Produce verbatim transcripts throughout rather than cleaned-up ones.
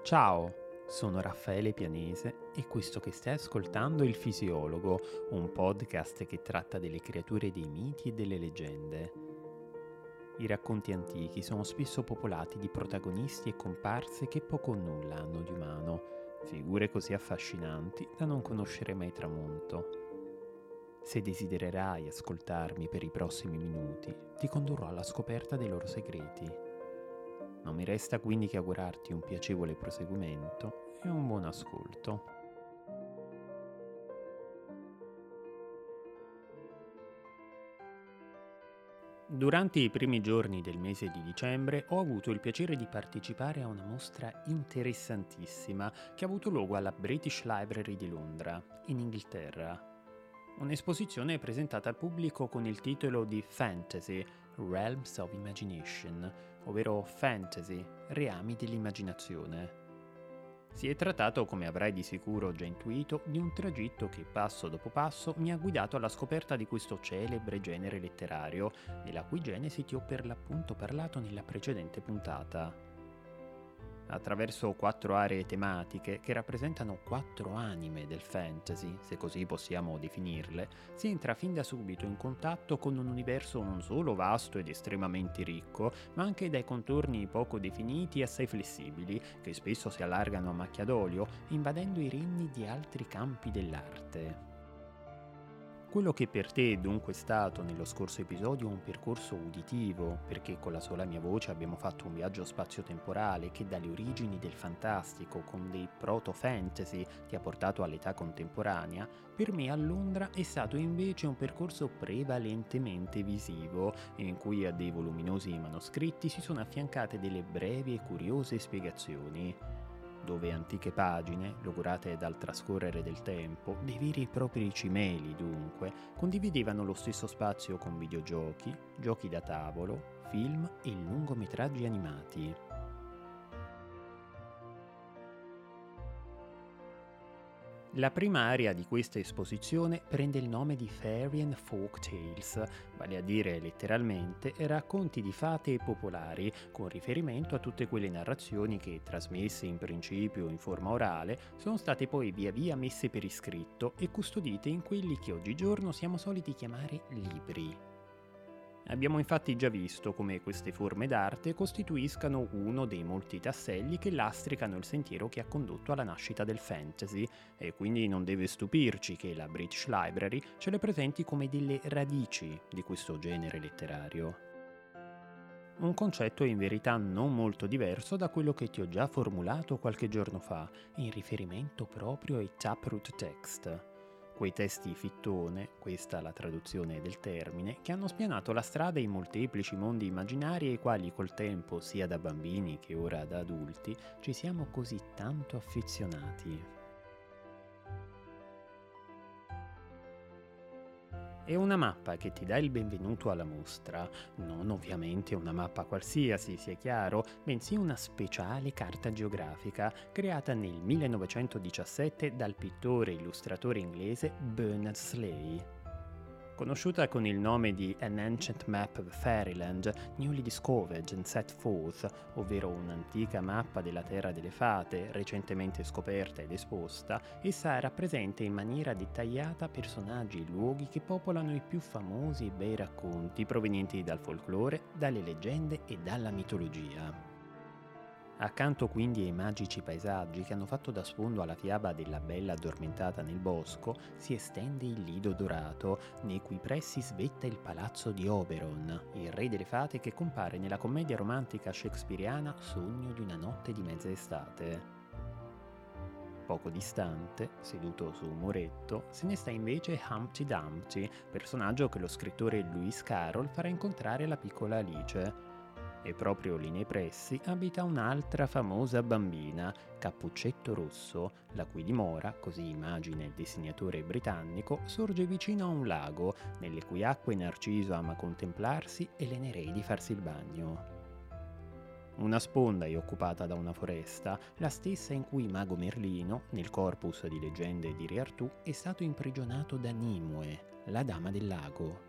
Ciao, sono Raffaele Pianese e questo che stai ascoltando è Il Fisiologo, un podcast che tratta delle creature dei miti e delle leggende. I racconti antichi sono spesso popolati di protagonisti e comparse che poco o nulla hanno di umano, figure così affascinanti da non conoscere mai tramonto. Se desidererai ascoltarmi per i prossimi minuti, ti condurrò alla scoperta dei loro segreti. Non mi resta quindi che augurarti un piacevole proseguimento e un buon ascolto. Durante i primi giorni del mese di dicembre ho avuto il piacere di partecipare a una mostra interessantissima che ha avuto luogo alla British Library di Londra, in Inghilterra. Un'esposizione presentata al pubblico con il titolo di Fantasy, Realms of Imagination, ovvero Fantasy, Reami dell'immaginazione. Si è trattato, come avrai di sicuro già intuito, di un tragitto che passo dopo passo mi ha guidato alla scoperta di questo celebre genere letterario, della cui genesi ti ho per l'appunto parlato nella precedente puntata. Attraverso quattro aree tematiche che rappresentano quattro anime del fantasy, se così possiamo definirle, si entra fin da subito in contatto con un universo non solo vasto ed estremamente ricco, ma anche dai contorni poco definiti e assai flessibili, che spesso si allargano a macchia d'olio, invadendo i regni di altri campi dell'arte. Quello che per te è dunque stato nello scorso episodio un percorso uditivo, perché con la sola mia voce abbiamo fatto un viaggio spazio-temporale che dalle origini del fantastico con dei proto-fantasy ti ha portato all'età contemporanea, per me a Londra è stato invece un percorso prevalentemente visivo, in cui a dei voluminosi manoscritti si sono affiancate delle brevi e curiose spiegazioni, dove antiche pagine, logorate dal trascorrere del tempo, dei veri e propri cimeli dunque, condividevano lo stesso spazio con videogiochi, giochi da tavolo, film e lungometraggi animati. La prima area di questa esposizione prende il nome di Fairy and Folk Tales, vale a dire letteralmente racconti di fate popolari, con riferimento a tutte quelle narrazioni che, trasmesse in principio in forma orale, sono state poi via via messe per iscritto e custodite in quelli che oggigiorno siamo soliti chiamare libri. Abbiamo infatti già visto come queste forme d'arte costituiscano uno dei molti tasselli che lastricano il sentiero che ha condotto alla nascita del fantasy, e quindi non deve stupirci che la British Library ce le presenti come delle radici di questo genere letterario. Un concetto in verità non molto diverso da quello che ti ho già formulato qualche giorno fa, in riferimento proprio ai taproot text. Quei testi fittone, questa la traduzione del termine, che hanno spianato la strada in molteplici mondi immaginari ai quali col tempo, sia da bambini che ora da adulti, ci siamo così tanto affezionati. È una mappa che ti dà il benvenuto alla mostra, non ovviamente una mappa qualsiasi, sia chiaro, bensì una speciale carta geografica creata nel millenovecentodiciassette dal pittore e illustratore inglese Bernard Slay. Conosciuta con il nome di An Ancient Map of Fairyland, Newly Discovered and Set Forth, ovvero un'antica mappa della Terra delle Fate, recentemente scoperta ed esposta, essa rappresenta in maniera dettagliata personaggi e luoghi che popolano i più famosi e bei racconti provenienti dal folklore, dalle leggende e dalla mitologia. Accanto quindi ai magici paesaggi che hanno fatto da sfondo alla fiaba della bella addormentata nel bosco, si estende il Lido Dorato, nei cui pressi svetta il palazzo di Oberon, il re delle fate che compare nella commedia romantica shakespeariana Sogno di una notte di mezza estate. Poco distante, seduto su un muretto, se ne sta invece Humpty Dumpty, personaggio che lo scrittore Lewis Carroll farà incontrare alla piccola Alice. E proprio lì nei pressi abita un'altra famosa bambina, Cappuccetto Rosso, la cui dimora, così immagina il disegnatore britannico, sorge vicino a un lago, nelle cui acque Narciso ama contemplarsi e le Nereidi farsi il bagno. Una sponda è occupata da una foresta, la stessa in cui Mago Merlino, nel corpus di leggende di Re Artù, è stato imprigionato da Nimue, la dama del lago.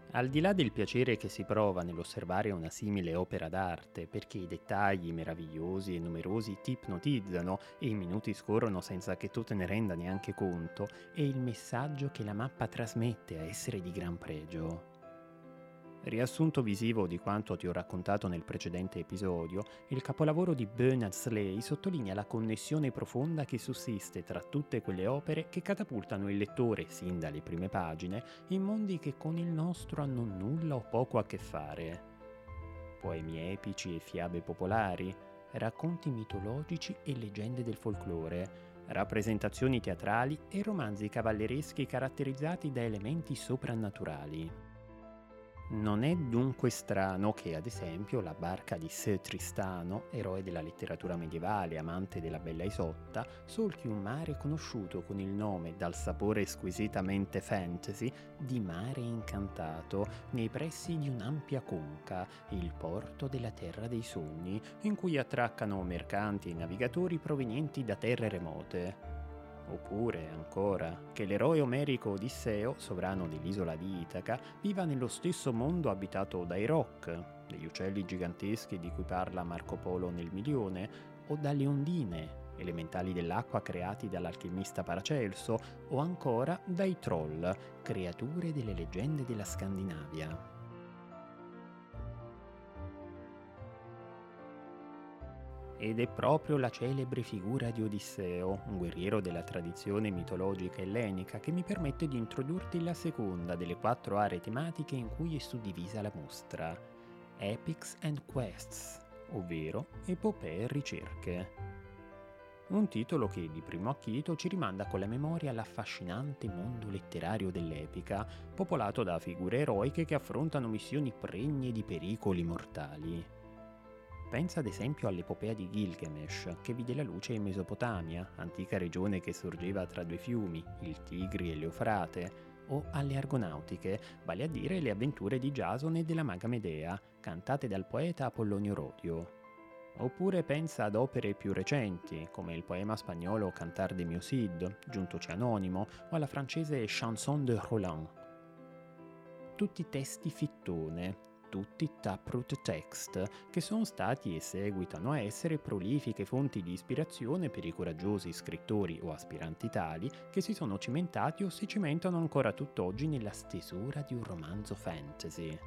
Al di là del piacere che si prova nell'osservare una simile opera d'arte, perché i dettagli meravigliosi e numerosi ti ipnotizzano e i minuti scorrono senza che tu te ne renda neanche conto, è il messaggio che la mappa trasmette a essere di gran pregio. Riassunto visivo di quanto ti ho raccontato nel precedente episodio, il capolavoro di Bernard Slay sottolinea la connessione profonda che sussiste tra tutte quelle opere che catapultano il lettore, sin dalle prime pagine, in mondi che con il nostro hanno nulla o poco a che fare. Poemi epici e fiabe popolari, racconti mitologici e leggende del folklore, rappresentazioni teatrali e romanzi cavallereschi caratterizzati da elementi soprannaturali. Non è dunque strano che, ad esempio, la barca di Sir Tristano, eroe della letteratura medievale, amante della bella Isotta, solchi un mare conosciuto con il nome, dal sapore squisitamente fantasy, di Mare Incantato, nei pressi di un'ampia conca, il porto della Terra dei Sogni, in cui attraccano mercanti e navigatori provenienti da terre remote. Oppure, ancora, che l'eroe omerico Odisseo, sovrano dell'isola di Itaca, viva nello stesso mondo abitato dai roc, degli uccelli giganteschi di cui parla Marco Polo nel Milione, o dalle ondine, elementali dell'acqua creati dall'alchimista Paracelso, o ancora dai troll, creature delle leggende della Scandinavia. Ed è proprio la celebre figura di Odisseo, un guerriero della tradizione mitologica ellenica, che mi permette di introdurti la seconda delle quattro aree tematiche in cui è suddivisa la mostra, Epics and Quests, ovvero epopee e ricerche. Un titolo che di primo acchito ci rimanda con la memoria all'affascinante mondo letterario dell'epica, popolato da figure eroiche che affrontano missioni pregne di pericoli mortali. Pensa ad esempio all'epopea di Gilgamesh, che vide la luce in Mesopotamia, antica regione che sorgeva tra due fiumi, il Tigri e l'Eufrate, o alle Argonautiche, vale a dire le avventure di Giasone e della maga Medea, cantate dal poeta Apollonio Rodio. Oppure pensa ad opere più recenti, come il poema spagnolo Cantar de mio Cid, giuntoci anonimo, o alla francese Chanson de Roland. Tutti testi fittone, tutti taproot text, che sono stati e seguitano a essere prolifiche fonti di ispirazione per i coraggiosi scrittori o aspiranti tali che si sono cimentati o si cimentano ancora tutt'oggi nella stesura di un romanzo fantasy.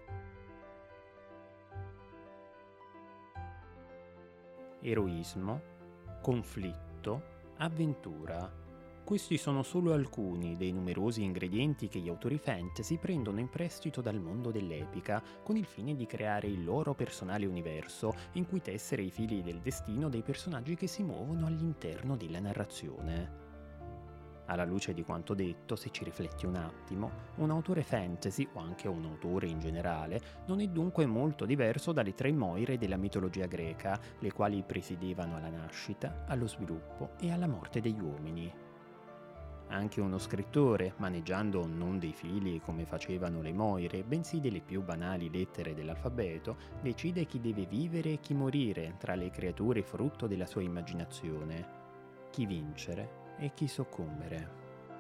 Eroismo, conflitto, avventura. Questi sono solo alcuni dei numerosi ingredienti che gli autori fantasy prendono in prestito dal mondo dell'epica, con il fine di creare il loro personale universo, in cui tessere i fili del destino dei personaggi che si muovono all'interno della narrazione. Alla luce di quanto detto, se ci rifletti un attimo, un autore fantasy, o anche un autore in generale, non è dunque molto diverso dalle tre Moire della mitologia greca, le quali presiedevano alla nascita, allo sviluppo e alla morte degli uomini. Anche uno scrittore, maneggiando non dei fili come facevano le Moire, bensì delle più banali lettere dell'alfabeto, decide chi deve vivere e chi morire tra le creature frutto della sua immaginazione, chi vincere e chi soccombere.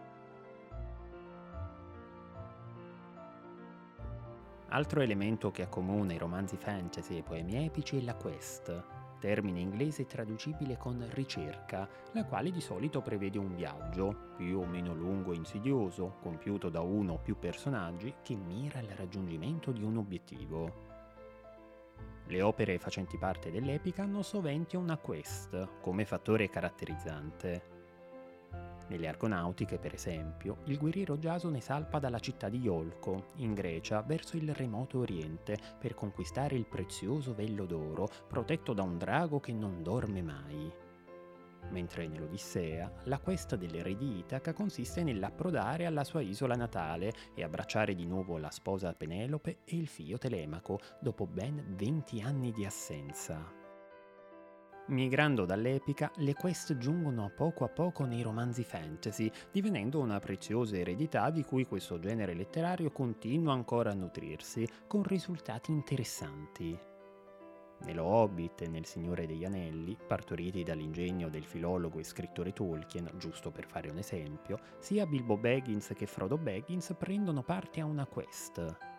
Altro elemento che accomuna i romanzi fantasy e i poemi epici è la quest, termine inglese traducibile con ricerca, la quale di solito prevede un viaggio, più o meno lungo e insidioso, compiuto da uno o più personaggi, che mira al raggiungimento di un obiettivo. Le opere facenti parte dell'epica hanno sovente una quest come fattore caratterizzante. Nelle Argonautiche, per esempio, il guerriero Giasone salpa dalla città di Iolco, in Grecia, verso il remoto oriente, per conquistare il prezioso vello d'oro, protetto da un drago che non dorme mai. Mentre nell'Odissea, la quest del re di Itaca consiste nell'approdare alla sua isola natale e abbracciare di nuovo la sposa Penelope e il figlio Telemaco, dopo ben venti anni di assenza. Migrando dall'epica, le quest giungono a poco a poco nei romanzi fantasy, divenendo una preziosa eredità di cui questo genere letterario continua ancora a nutrirsi, con risultati interessanti. Nello Hobbit e nel Signore degli Anelli, partoriti dall'ingegno del filologo e scrittore Tolkien, giusto per fare un esempio, sia Bilbo Baggins che Frodo Baggins prendono parte a una quest.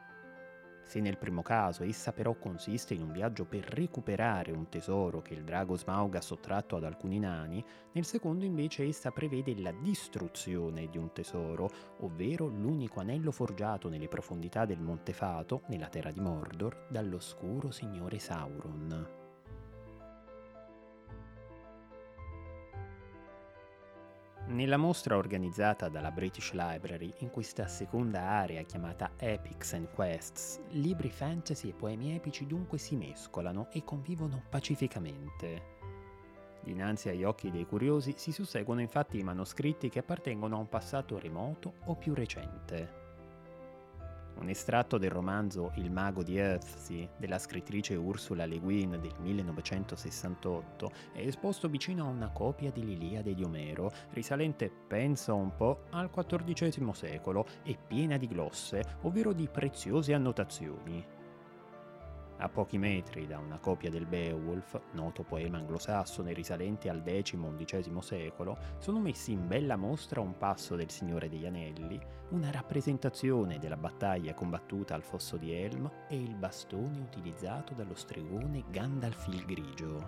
Se nel primo caso essa però consiste in un viaggio per recuperare un tesoro che il drago Smaug ha sottratto ad alcuni nani, nel secondo invece essa prevede la distruzione di un tesoro, ovvero l'unico anello forgiato nelle profondità del Monte Fato, nella terra di Mordor, dall'oscuro signore Sauron. Nella mostra organizzata dalla British Library, in questa seconda area chiamata Epics and Quests, libri fantasy e poemi epici dunque si mescolano e convivono pacificamente. Dinanzi agli occhi dei curiosi si susseguono infatti i manoscritti che appartengono a un passato remoto o più recente. Un estratto del romanzo Il mago di Earthsea della scrittrice Ursula Le Guin del millenovecentosessantotto è esposto vicino a una copia dell'Iliade di Omero, risalente, pensa un po', al quattordicesimo secolo e piena di glosse, ovvero di preziose annotazioni. A pochi metri da una copia del Beowulf, noto poema anglosassone risalente al decimo-undicesimo secolo, sono messi in bella mostra un passo del Signore degli Anelli, una rappresentazione della battaglia combattuta al fosso di Helm e il bastone utilizzato dallo stregone Gandalf il Grigio.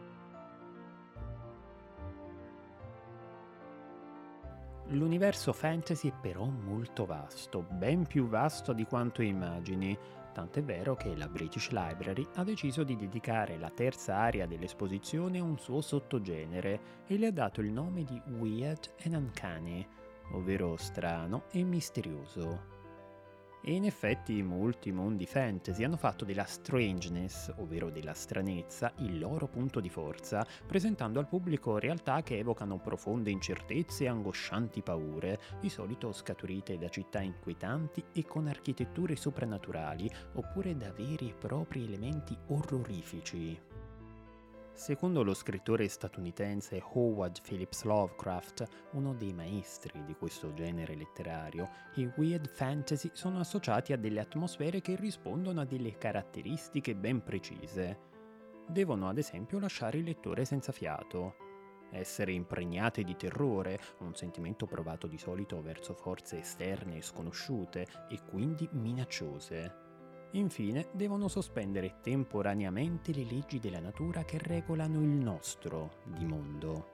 L'universo fantasy è però molto vasto, ben più vasto di quanto immagini, tant'è vero che la British Library ha deciso di dedicare la terza area dell'esposizione a un suo sottogenere e le ha dato il nome di Weird and Uncanny, ovvero strano e misterioso. E in effetti molti mondi fantasy hanno fatto della strangeness, ovvero della stranezza, il loro punto di forza, presentando al pubblico realtà che evocano profonde incertezze e angoscianti paure, di solito scaturite da città inquietanti e con architetture soprannaturali, oppure da veri e propri elementi orrorifici. Secondo lo scrittore statunitense Howard Phillips Lovecraft, uno dei maestri di questo genere letterario, i weird fantasy sono associati a delle atmosfere che rispondono a delle caratteristiche ben precise. Devono ad esempio lasciare il lettore senza fiato, essere impregnate di terrore, un sentimento provato di solito verso forze esterne e sconosciute e quindi minacciose. Infine, devono sospendere temporaneamente le leggi della natura che regolano il nostro di mondo.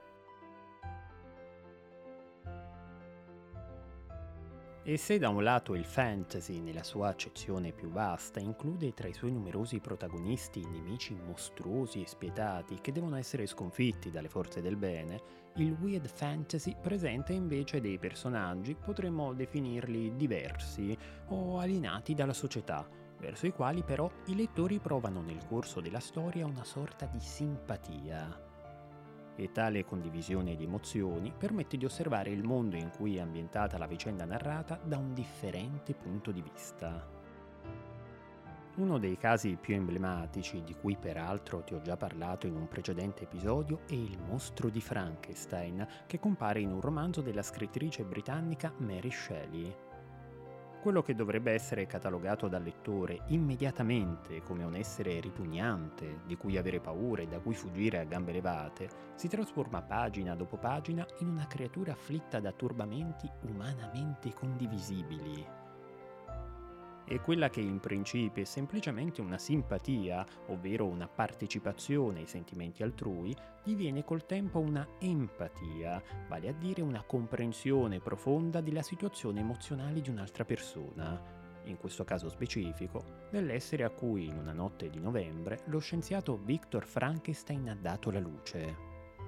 E se da un lato il fantasy, nella sua accezione più vasta, include tra i suoi numerosi protagonisti nemici mostruosi e spietati che devono essere sconfitti dalle forze del bene, il weird fantasy presenta invece dei personaggi, potremmo definirli diversi o alienati dalla società, verso i quali però i lettori provano nel corso della storia una sorta di simpatia. E tale condivisione di emozioni permette di osservare il mondo in cui è ambientata la vicenda narrata da un differente punto di vista. Uno dei casi più emblematici, di cui peraltro ti ho già parlato in un precedente episodio, è il mostro di Frankenstein, che compare in un romanzo della scrittrice britannica Mary Shelley. Quello che dovrebbe essere catalogato dal lettore immediatamente come un essere ripugnante, di cui avere paura e da cui fuggire a gambe levate, si trasforma pagina dopo pagina in una creatura afflitta da turbamenti umanamente condivisibili. E quella che in principio è semplicemente una simpatia, ovvero una partecipazione ai sentimenti altrui, diviene col tempo una empatia, vale a dire una comprensione profonda della situazione emozionale di un'altra persona, in questo caso specifico, dell'essere a cui in una notte di novembre lo scienziato Victor Frankenstein ha dato la luce.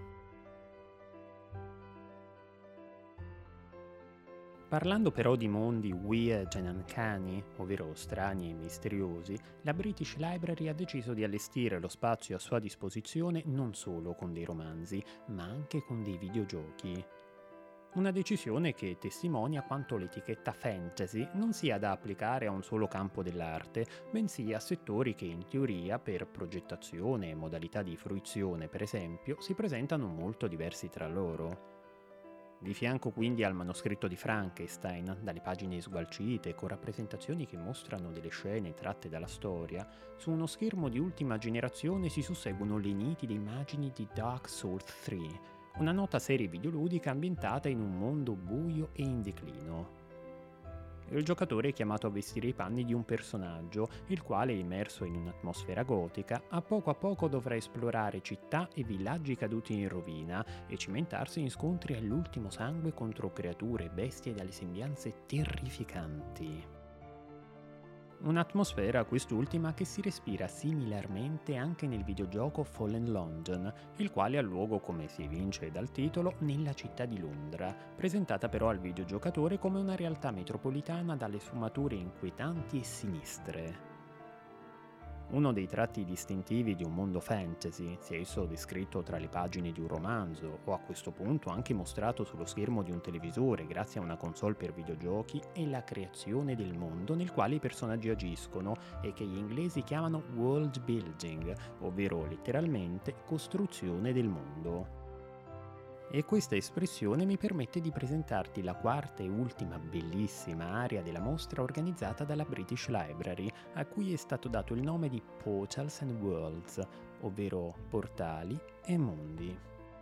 Parlando però di mondi weird and uncanny, ovvero strani e misteriosi, la British Library ha deciso di allestire lo spazio a sua disposizione non solo con dei romanzi, ma anche con dei videogiochi. Una decisione che testimonia quanto l'etichetta fantasy non sia da applicare a un solo campo dell'arte, bensì a settori che in teoria, per progettazione e modalità di fruizione per esempio, si presentano molto diversi tra loro. Di fianco quindi al manoscritto di Frankenstein, dalle pagine sgualcite con rappresentazioni che mostrano delle scene tratte dalla storia, su uno schermo di ultima generazione si susseguono le nitide immagini di Dark Souls tre, una nota serie videoludica ambientata in un mondo buio e in declino. Il giocatore è chiamato a vestire i panni di un personaggio, il quale, immerso in un'atmosfera gotica, a poco a poco dovrà esplorare città e villaggi caduti in rovina e cimentarsi in scontri all'ultimo sangue contro creature e bestie dalle sembianze terrificanti. Un'atmosfera quest'ultima che si respira similarmente anche nel videogioco Fallen London, il quale ha luogo, come si evince dal titolo, nella città di Londra, presentata però al videogiocatore come una realtà metropolitana dalle sfumature inquietanti e sinistre. Uno dei tratti distintivi di un mondo fantasy, sia esso descritto tra le pagine di un romanzo o a questo punto anche mostrato sullo schermo di un televisore grazie a una console per videogiochi, è la creazione del mondo nel quale i personaggi agiscono e che gli inglesi chiamano world building, ovvero letteralmente costruzione del mondo. E questa espressione mi permette di presentarti la quarta e ultima bellissima area della mostra organizzata dalla British Library, a cui è stato dato il nome di Portals and Worlds, ovvero portali e mondi.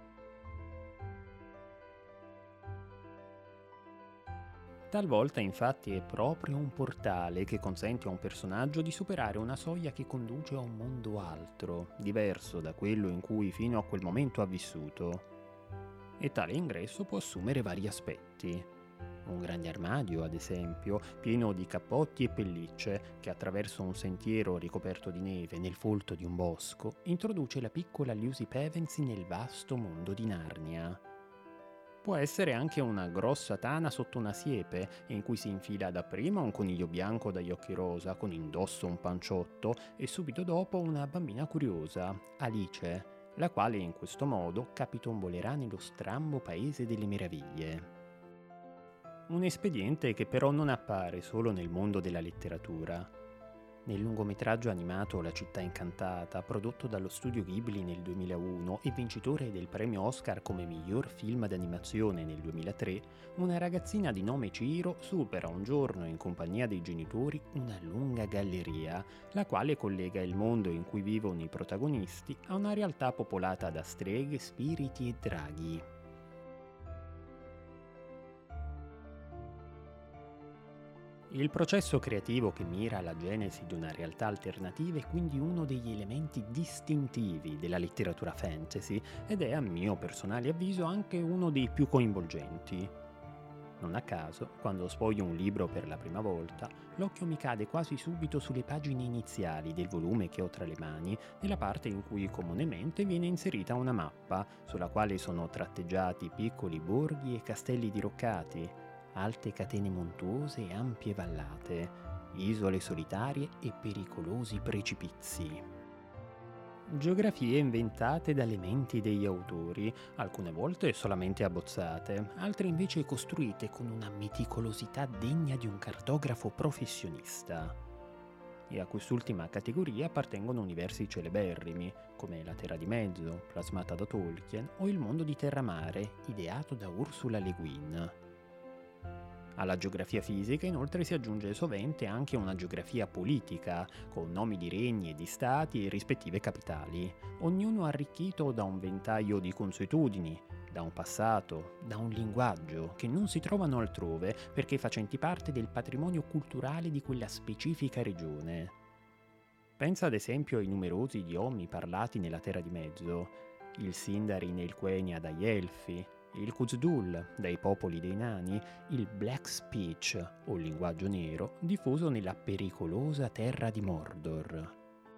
Talvolta infatti è proprio un portale che consente a un personaggio di superare una soglia che conduce a un mondo altro, diverso da quello in cui fino a quel momento ha vissuto. E tale ingresso può assumere vari aspetti. Un grande armadio, ad esempio, pieno di cappotti e pellicce, che attraverso un sentiero ricoperto di neve nel folto di un bosco, introduce la piccola Lucy Pevensey nel vasto mondo di Narnia. Può essere anche una grossa tana sotto una siepe, in cui si infila dapprima un coniglio bianco dagli occhi rosa, con indosso un panciotto, e subito dopo una bambina curiosa, Alice, la quale in questo modo capitombolerà nello strambo paese delle meraviglie. Un espediente che però non appare solo nel mondo della letteratura. Nel lungometraggio animato La città incantata, prodotto dallo studio Ghibli nel duemilauno e vincitore del premio Oscar come miglior film d'animazione nel duemilatré, una ragazzina di nome Chihiro supera un giorno in compagnia dei genitori una lunga galleria, la quale collega il mondo in cui vivono i protagonisti a una realtà popolata da streghe, spiriti e draghi. Il processo creativo che mira alla genesi di una realtà alternativa è quindi uno degli elementi distintivi della letteratura fantasy ed è, a mio personale avviso, anche uno dei più coinvolgenti. Non a caso, quando sfoglio un libro per la prima volta, l'occhio mi cade quasi subito sulle pagine iniziali del volume che ho tra le mani, nella parte in cui comunemente viene inserita una mappa, sulla quale sono tratteggiati piccoli borghi e castelli diroccati, alte catene montuose e ampie vallate, isole solitarie e pericolosi precipizi. Geografie inventate dalle menti degli autori, alcune volte solamente abbozzate, altre invece costruite con una meticolosità degna di un cartografo professionista. E a quest'ultima categoria appartengono universi celeberrimi, come La Terra di Mezzo, plasmata da Tolkien, o Il mondo di Terramare, ideato da Ursula Le Guin. Alla geografia fisica inoltre si aggiunge sovente anche una geografia politica, con nomi di regni e di stati e rispettive capitali, ognuno arricchito da un ventaglio di consuetudini, da un passato, da un linguaggio che non si trovano altrove perché facenti parte del patrimonio culturale di quella specifica regione. Pensa ad esempio ai numerosi idiomi parlati nella Terra di Mezzo, il Sindarin e il Quenya dagli Elfi, il Khuzdul dai popoli dei nani, il Black Speech o linguaggio nero diffuso nella pericolosa terra di Mordor.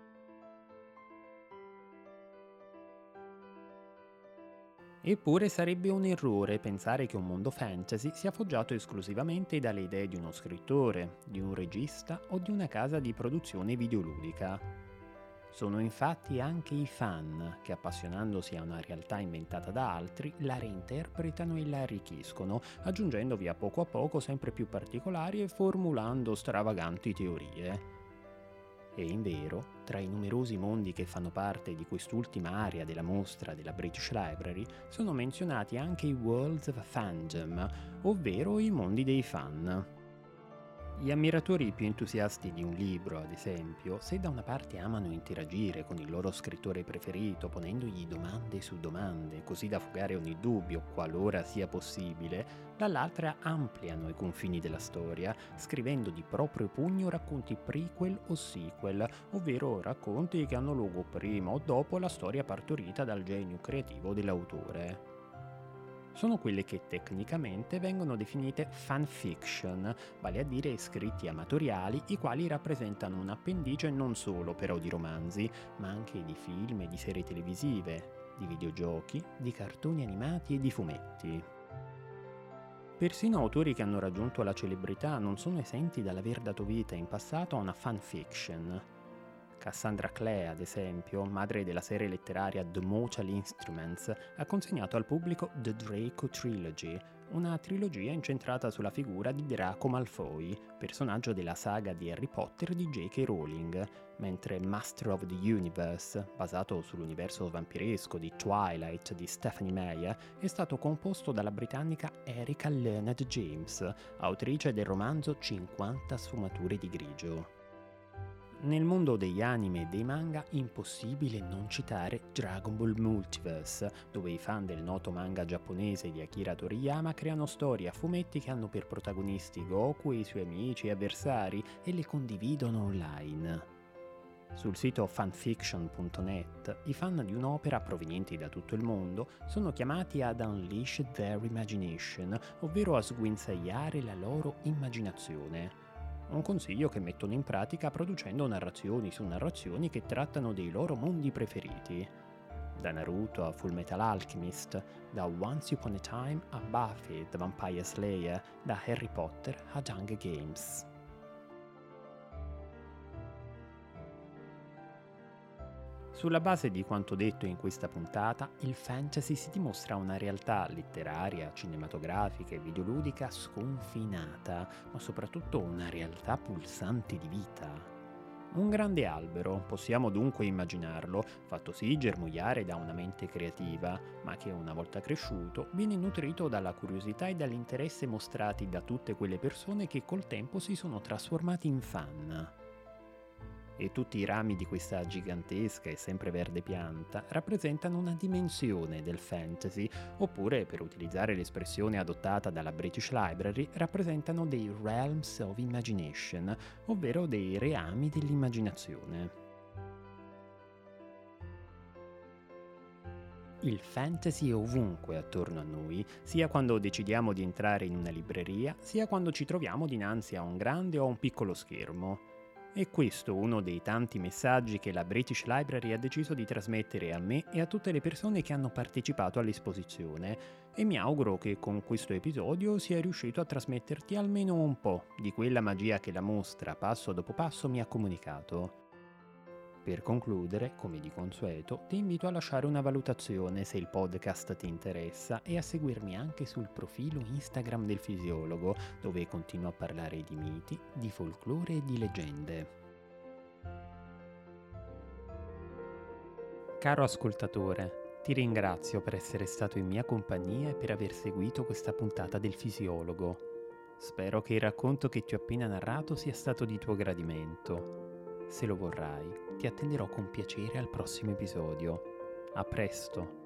Eppure sarebbe un errore pensare che un mondo fantasy sia forgiato esclusivamente dalle idee di uno scrittore, di un regista o di una casa di produzione videoludica. Sono infatti anche i fan che, appassionandosi a una realtà inventata da altri, la reinterpretano e la arricchiscono, aggiungendovi a poco a poco sempre più particolari e formulando stravaganti teorie. E invero, tra i numerosi mondi che fanno parte di quest'ultima area della mostra della British Library, sono menzionati anche i Worlds of Fandom, ovvero i mondi dei fan. Gli ammiratori più entusiasti di un libro, ad esempio, se da una parte amano interagire con il loro scrittore preferito ponendogli domande su domande, così da fugare ogni dubbio, qualora sia possibile, dall'altra ampliano i confini della storia, scrivendo di proprio pugno racconti prequel o sequel, ovvero racconti che hanno luogo prima o dopo la storia partorita dal genio creativo dell'autore. Sono quelle che tecnicamente vengono definite fanfiction, vale a dire scritti amatoriali, i quali rappresentano un appendice non solo però di romanzi, ma anche di film e di serie televisive, di videogiochi, di cartoni animati e di fumetti. Persino autori che hanno raggiunto la celebrità non sono esenti dall'aver dato vita in passato a una fanfiction. Cassandra Clare, ad esempio, madre della serie letteraria The Mortal Instruments, ha consegnato al pubblico The Draco Trilogy, una trilogia incentrata sulla figura di Draco Malfoy, personaggio della saga di Harry Potter di J K. Rowling, mentre Master of the Universe, basato sull'universo vampiresco di Twilight di Stephenie Meyer, è stato composto dalla britannica Erica Leonard James, autrice del romanzo cinquanta sfumature di grigio. Nel mondo degli anime e dei manga, impossibile non citare Dragon Ball Multiverse, dove i fan del noto manga giapponese di Akira Toriyama creano storie a fumetti che hanno per protagonisti Goku e i suoi amici e avversari e le condividono online. Sul sito fanfiction punto net, i fan di un'opera provenienti da tutto il mondo sono chiamati ad unleash their imagination, ovvero a sguinzagliare la loro immaginazione. Un consiglio che mettono in pratica producendo narrazioni su narrazioni che trattano dei loro mondi preferiti. Da Naruto a Fullmetal Alchemist, da Once Upon a Time a Buffy the Vampire Slayer, da Harry Potter a Hunger Games. Sulla base di quanto detto in questa puntata, il fantasy si dimostra una realtà letteraria, cinematografica e videoludica sconfinata, ma soprattutto una realtà pulsante di vita. Un grande albero, possiamo dunque immaginarlo, fatto sì germogliare da una mente creativa, ma che una volta cresciuto viene nutrito dalla curiosità e dall'interesse mostrati da tutte quelle persone che col tempo si sono trasformati in fan. E tutti i rami di questa gigantesca e sempreverde pianta rappresentano una dimensione del fantasy, oppure, per utilizzare l'espressione adottata dalla British Library, rappresentano dei realms of imagination, ovvero dei reami dell'immaginazione. Il fantasy è ovunque attorno a noi, sia quando decidiamo di entrare in una libreria, sia quando ci troviamo dinanzi a un grande o a un piccolo schermo. È questo uno dei tanti messaggi che la British Library ha deciso di trasmettere a me e a tutte le persone che hanno partecipato all'esposizione, e mi auguro che con questo episodio sia riuscito a trasmetterti almeno un po' di quella magia che la mostra passo dopo passo mi ha comunicato. Per concludere, come di consueto, ti invito a lasciare una valutazione se il podcast ti interessa e a seguirmi anche sul profilo Instagram del Fisiologo, dove continuo a parlare di miti, di folklore e di leggende. Caro ascoltatore, ti ringrazio per essere stato in mia compagnia e per aver seguito questa puntata del Fisiologo. Spero che il racconto che ti ho appena narrato sia stato di tuo gradimento. Se lo vorrai, ti attenderò con piacere al prossimo episodio. A presto!